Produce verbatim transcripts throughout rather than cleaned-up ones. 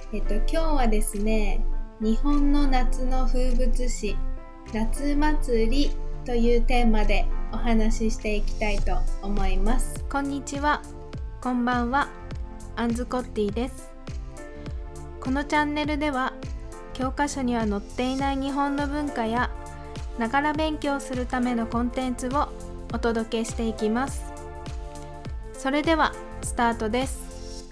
えっと、今日はですね、日本の夏の風物詩、夏祭りというテーマでお話ししていきたいと思います。 こんにちは、こんばんは、アンズコッティです。このチャンネルでは、教科書には載っていない日本の文化や、ながら勉強するためのコンテンツをお届けしていきます。それでは、スタートです。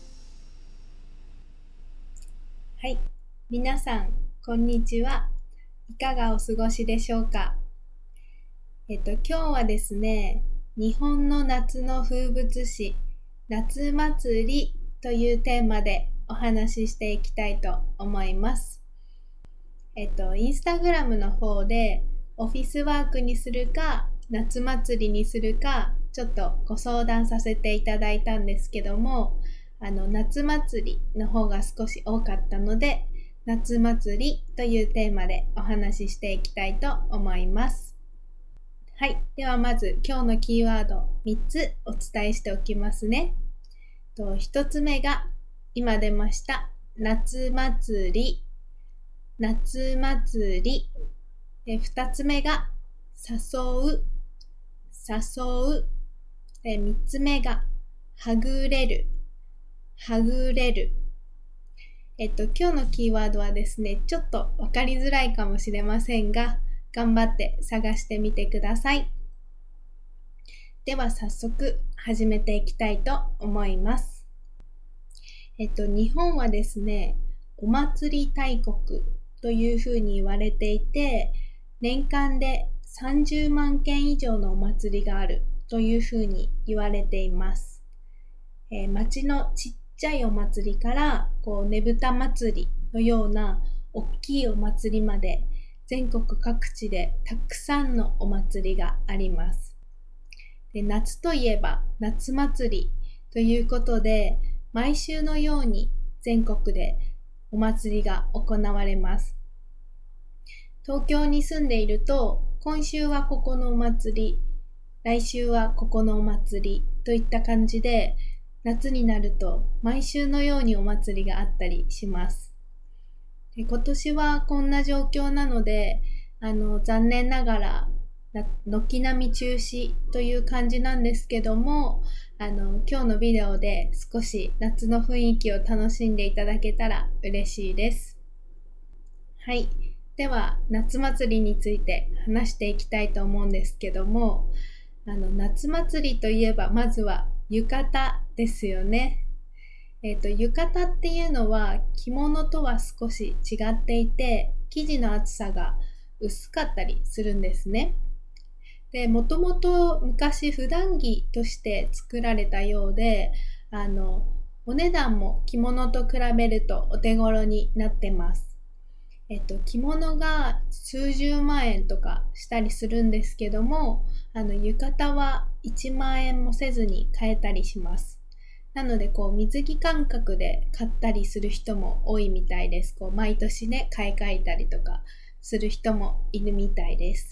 はい、皆さん、こんにちは。いかがお過ごしでしょうか。えっと、今日はですね、日本の夏の風物詩、夏祭りというテーマでお話ししていきたいと思います。えっと、インスタグラムの方で、オフィスワークにするか、夏祭りにするか、ちょっとご相談させていただいたんですけども、あの夏祭りの方が少し多かったので、夏祭りというテーマでお話ししていきたいと思います。はい、ではまず今日のキーワードみっつお伝えしておきますね。とひとつめが今出ました夏祭り、夏祭り。でふたつめが誘う、誘う。でみっつめがはぐれる、はぐれる。えっと、今日のキーワードはですね、ちょっとわかりづらいかもしれませんが、頑張って探してみてください。では早速始めていきたいと思います。えっと、日本はですね、お祭り大国というふうに言われていて、年間でさんじゅうまんけん以上のお祭りがあるというふうに言われています。えー、町のちっちゃいお祭りからこうねぶた祭りのような大きいお祭りまで全国各地でたくさんのお祭りがあります。で、夏といえば夏祭りということで毎週のように全国でお祭りが行われます。東京に住んでいると今週はここのお祭り、来週はここのお祭りといった感じで夏になると毎週のようにお祭りがあったりします。で今年はこんな状況なので、あの残念ながら軒並み中止という感じなんですけども、あの今日のビデオで少し夏の雰囲気を楽しんでいただけたら嬉しいです。はい、では夏祭りについて話していきたいと思うんですけども、あの夏祭りといえばまずは浴衣ですよね。えっと、浴衣っていうのは着物とは少し違っていて、生地の厚さが薄かったりするんですね。で、もともと昔普段着として作られたようで、あの、お値段も着物と比べるとお手頃になってます。えっと、着物が数十万円とかしたりするんですけども、あの浴衣はいちまんえんもせずに買えたりします。なのでこう水着感覚で買ったりする人も多いみたいです。こう毎年ね買い替えたりとかする人もいるみたいです。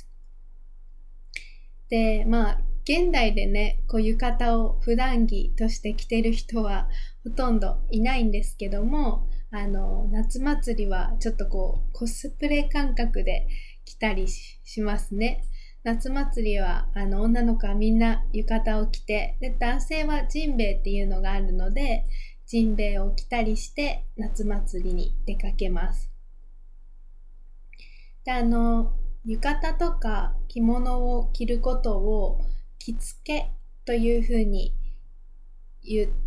で、まあ現代でねこう浴衣を普段着として着てる人はほとんどいないんですけども、あの夏祭りはちょっとこうコスプレ感覚で着たり し, しますね。夏祭りはあの女の子はみんな浴衣を着て、で男性はジンベエっていうのがあるのでジンベエを着たりして夏祭りに出かけます。で、あの浴衣とか着物を着ることを着付けというふうに言って、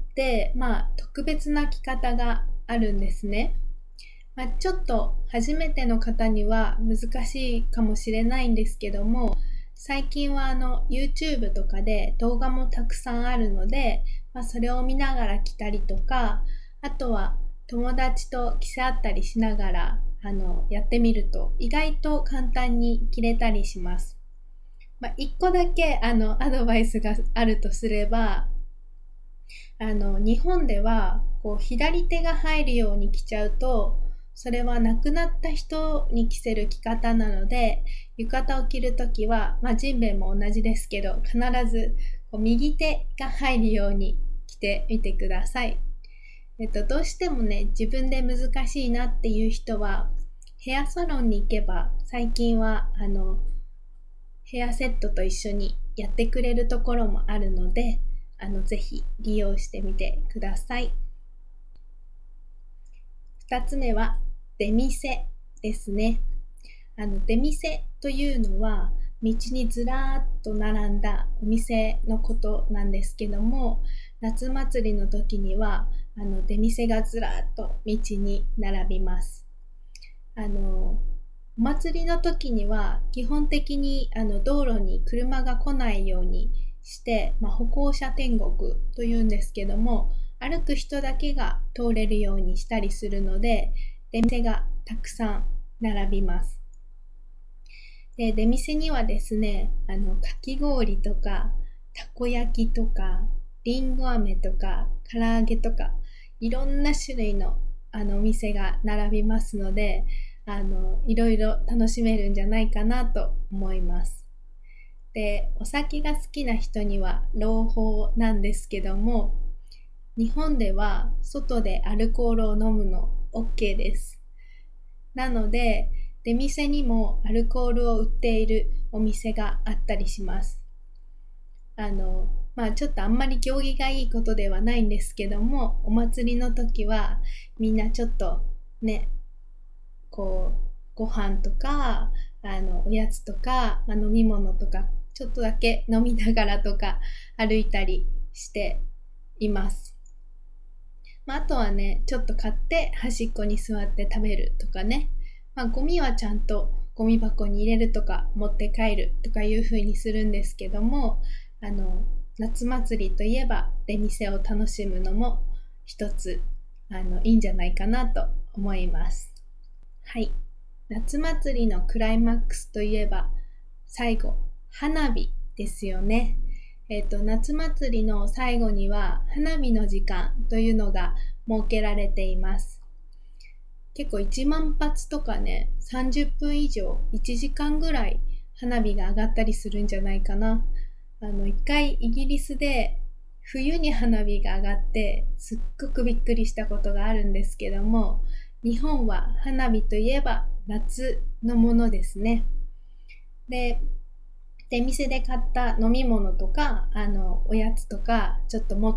まあ特別な着方があるんですね。まあ、ちょっと初めての方には難しいかもしれないんですけども、最近はあの YouTube とかで動画もたくさんあるので、まあ、それを見ながら着たりとか、あとは友達と着せ合ったりしながらあのやってみると意外と簡単に着れたりします。まあ、一個だけあのアドバイスがあるとすれば、あの日本ではこう左手が入るように着ちゃうと、それは亡くなった人に着せる着方なので、浴衣を着るときは、まあジンベエも同じですけど、必ずこう右手が入るように着てみてください。 えっと、どうしてもね、自分で難しいなっていう人は、ヘアサロンに行けば、最近は、あの、ヘアセットと一緒にやってくれるところもあるので、あの、ぜひ利用してみてください。二つ目は、出店ですね。あの、出店というのは、道にずらーっと並んだお店のことなんですけども、夏祭りの時には、あの、出店がずらーっと道に並びます。あの、お祭りの時には、基本的にあの道路に車が来ないようにして、まあ、歩行者天国というんですけども、歩く人だけが通れるようにしたりするので、出店がたくさん並びます。で、出店にはですね、あの、かき氷とか、たこ焼きとか、りんご飴とか、唐揚げとか、いろんな種類のあのお店が並びますので、あの、いろいろ楽しめるんじゃないかなと思います。で、お酒が好きな人には朗報なんですけども、日本では外でアルコールを飲むの OK です。なので、出店にもアルコールを売っているお店があったりします。あの、まあちょっとあんまり行儀がいいことではないんですけども、お祭りの時はみんなちょっとね、こう、ご飯とか、あの、おやつとか、まあ、飲み物とか、ちょっとだけ飲みながらとか歩いたりしています。まあ、あとはね、ちょっと買って端っこに座って食べるとかね。まあ、ゴミはちゃんとゴミ箱に入れるとか持って帰るとかいう風にするんですけども、あの夏祭りといえば出店を楽しむのも一つあのいいんじゃないかなと思います。はい、夏祭りのクライマックスといえば最後花火ですよね。えっと夏祭りの最後には花火の時間というのが設けられています。結構いちまん発とかね、さんじゅっぷん以上、いちじかんぐらい花火が上がったりするんじゃないかな。あの、一回イギリスで冬に花火が上がってすっごくびっくりしたことがあるんですけども、日本は花火といえば夏のものですね。で、出店で買った飲み物とか、あの、おやつとかちょっと持って、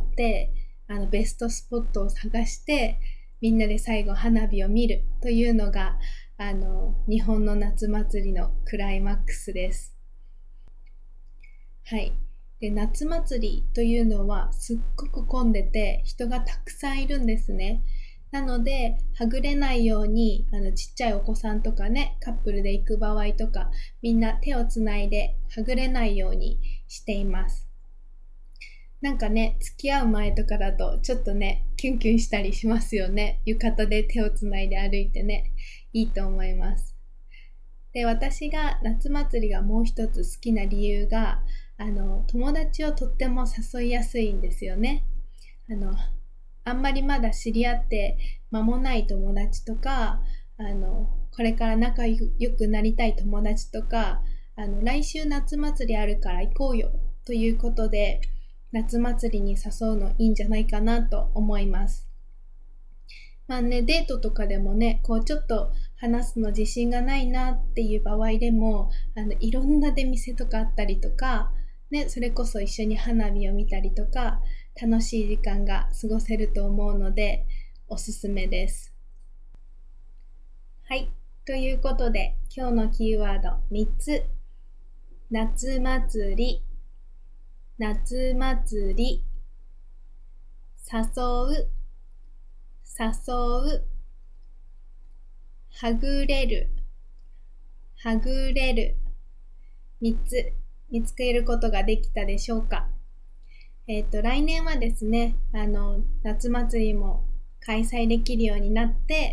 あの、ベストスポットを探して、みんなで最後花火を見るというのがあの日本の夏祭りのクライマックスです。はい。で、夏祭りというのはすっごく混んでて人がたくさんいるんですね。なのではぐれないようにあのちっちゃいお子さんとかね、カップルで行く場合とかみんな手をつないではぐれないようにしています。なんかね、付き合う前とかだとちょっとね、キュンキュンしたりしますよね。浴衣で手をつないで歩いてね、いいと思います。で、私が夏祭りがもう一つ好きな理由が、あの、友達をとっても誘いやすいんですよね。あの、あんまりまだ知り合って間もない友達とか、あの、これから仲良くなりたい友達とか、あの、来週夏祭りあるから行こうよということで、夏祭りに誘うのいいんじゃないかなと思います。まあね、デートとかでもね、こうちょっと話すの自信がないなっていう場合でも、あのいろんな出店とかあったりとか、ね、それこそ一緒に花火を見たりとか、楽しい時間が過ごせると思うので、おすすめです。はい、ということで、今日のキーワードみっつ。夏祭り、夏祭り、誘う、誘う、はぐれる、はぐれる。みっつ見つけることができたでしょうか。えっと、来年はですね、あの、夏祭りも開催できるようになって、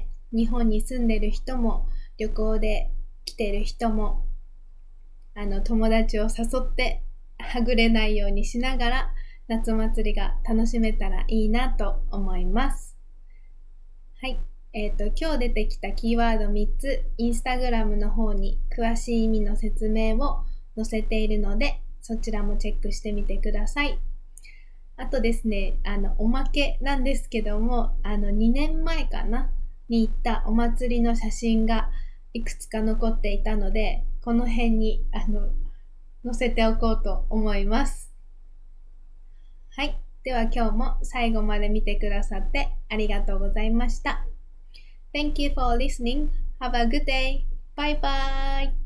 日本に住んでる人も、旅行で来てる人も、あの、友達を誘って、はぐれないようにしながら夏祭りが楽しめたらいいなと思います。はい、えっと今日出てきたキーワードみっつ、インスタグラムの方に詳しい意味の説明を載せているので、そちらもチェックしてみてください。 あとですね、あの、おまけなんですけども、あの、にねんまえかなに行ったお祭りの写真がいくつか残っていたので、この辺に、あの、載せておこうと思います。はい。では今日も最後まで見てくださってありがとうございました。Thank you for listening. Have a good day. Bye bye.